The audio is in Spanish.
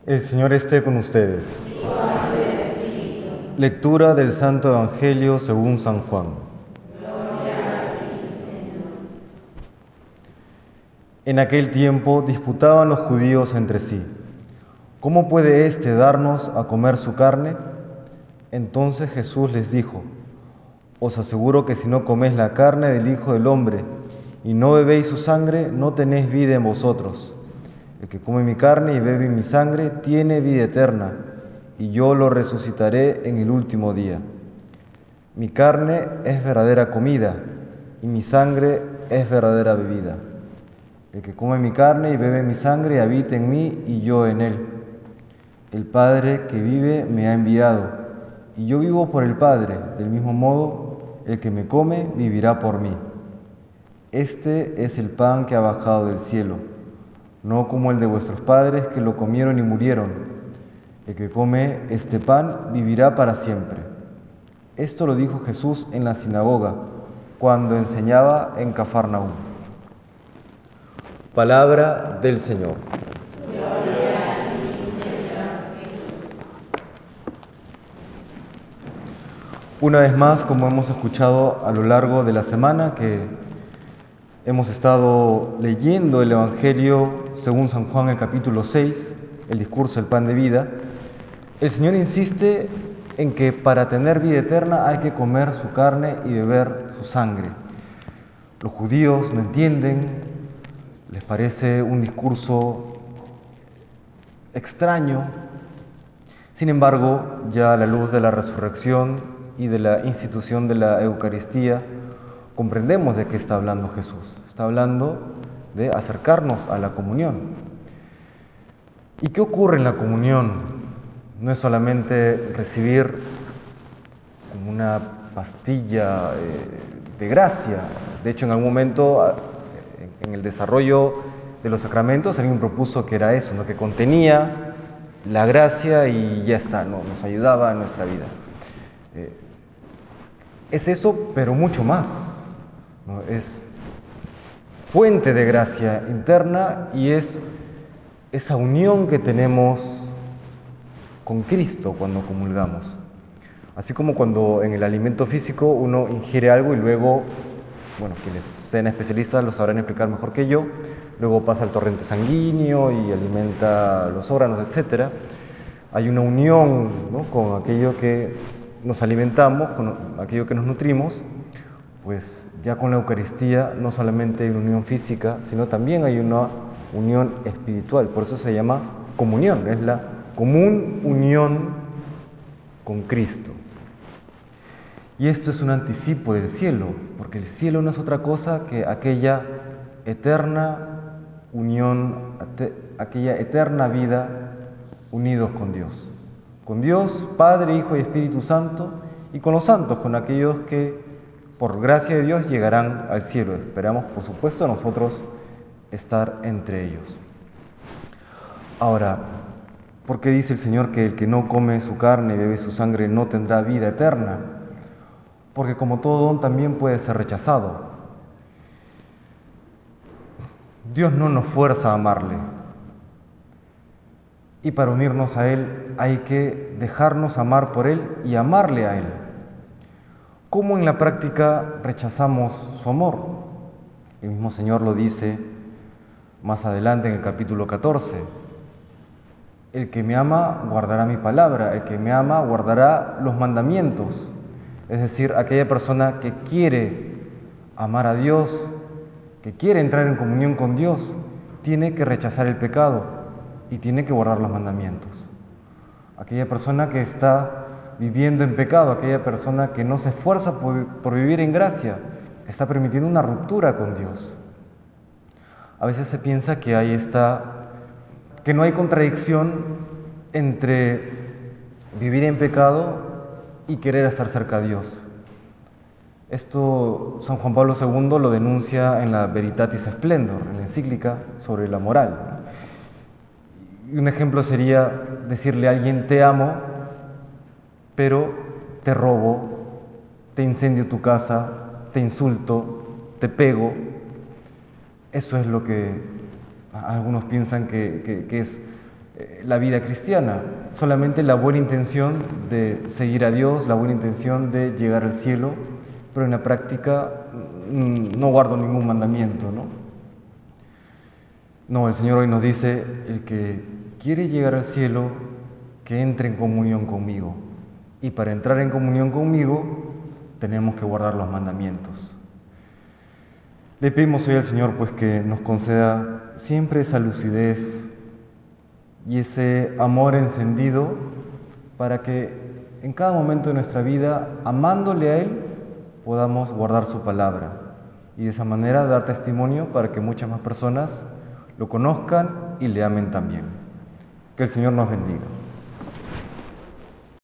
El Señor esté con ustedes. Lectura del Santo Evangelio según San Juan. En aquel tiempo disputaban los judíos entre sí: ¿cómo puede éste darnos a comer su carne? Entonces Jesús les dijo: os aseguro que si no coméis la carne del Hijo del Hombre y no bebéis su sangre, no tenéis vida en vosotros. El que come mi carne y bebe mi sangre tiene vida eterna, y yo lo resucitaré en el último día. Mi carne es verdadera comida, y mi sangre es verdadera bebida. El que come mi carne y bebe mi sangre habita en mí y yo en él. El Padre que vive me ha enviado, y yo vivo por el Padre. Del mismo modo, el que me come vivirá por mí. Este es el pan que ha bajado del cielo, no como el de vuestros padres que lo comieron y murieron. El que come este pan vivirá para siempre. Esto lo dijo Jesús en la sinagoga, cuando enseñaba en Cafarnaúm. Palabra del Señor. Una vez más, como hemos escuchado a lo largo de la semana, que hemos estado leyendo el Evangelio según San Juan, el capítulo 6, el discurso del pan de vida, el Señor insiste en que para tener vida eterna hay que comer su carne y beber su sangre. Los judíos no entienden, les parece un discurso extraño. Sin embargo, ya a la luz de la resurrección y de la institución de la Eucaristía, comprendemos de qué está hablando Jesús. Está hablando de acercarnos a la comunión. ¿Y qué ocurre en la comunión? No es solamente recibir como una pastilla de gracia. De hecho, en algún momento, en el desarrollo de los sacramentos, alguien propuso que era eso, ¿no? Que contenía la gracia y ya está, ¿no? Nos ayudaba en nuestra vida. Es eso, pero mucho más, ¿no? Es fuente de gracia interna y es esa unión que tenemos con Cristo cuando comulgamos. Así como cuando en el alimento físico uno ingiere algo y luego, bueno, quienes sean especialistas lo sabrán explicar mejor que yo, luego pasa al torrente sanguíneo y alimenta los órganos, etc. Hay una unión, ¿no?, con aquello que nos alimentamos, con aquello que nos nutrimos. Pues ya con la Eucaristía no solamente hay una unión física, sino también hay una unión espiritual. Por eso se llama comunión, es la común unión con Cristo. Y esto es un anticipo del cielo, porque el cielo no es otra cosa que aquella eterna unión, aquella eterna vida unidos con Dios Padre, Hijo y Espíritu Santo, y con los santos, con aquellos que por gracia de Dios llegarán al cielo. Esperamos, por supuesto, nosotros estar entre ellos. Ahora, ¿por qué dice el Señor que el que no come su carne y bebe su sangre no tendrá vida eterna? Porque como todo don también puede ser rechazado. Dios no nos fuerza a amarle. Y para unirnos a Él hay que dejarnos amar por Él y amarle a Él. ¿Cómo en la práctica rechazamos su amor? El mismo Señor lo dice más adelante en el capítulo 14. El que me ama guardará mi palabra, el que me ama guardará los mandamientos. Es decir, aquella persona que quiere amar a Dios, que quiere entrar en comunión con Dios, tiene que rechazar el pecado y tiene que guardar los mandamientos. Aquella persona que está viviendo en pecado, aquella persona que no se esfuerza por vivir en gracia, está permitiendo una ruptura con Dios. A veces se piensa que que no hay contradicción entre vivir en pecado y querer estar cerca de Dios. Esto San Juan Pablo II lo denuncia en la Veritatis Splendor, en la encíclica sobre la moral. Y un ejemplo sería decirle a alguien: te amo, pero te robo, te incendio tu casa, te insulto, te pego. Eso es lo que algunos piensan que es la vida cristiana, solamente la buena intención de seguir a Dios, la buena intención de llegar al cielo, pero en la práctica no guardo ningún mandamiento, ¿no? No, el Señor hoy nos dice, el que quiere llegar al cielo, que entre en comunión conmigo. Y para entrar en comunión conmigo, tenemos que guardar los mandamientos. Le pedimos hoy al Señor pues que nos conceda siempre esa lucidez y ese amor encendido para que en cada momento de nuestra vida, amándole a Él, podamos guardar su palabra y de esa manera dar testimonio para que muchas más personas lo conozcan y le amen también. Que el Señor nos bendiga.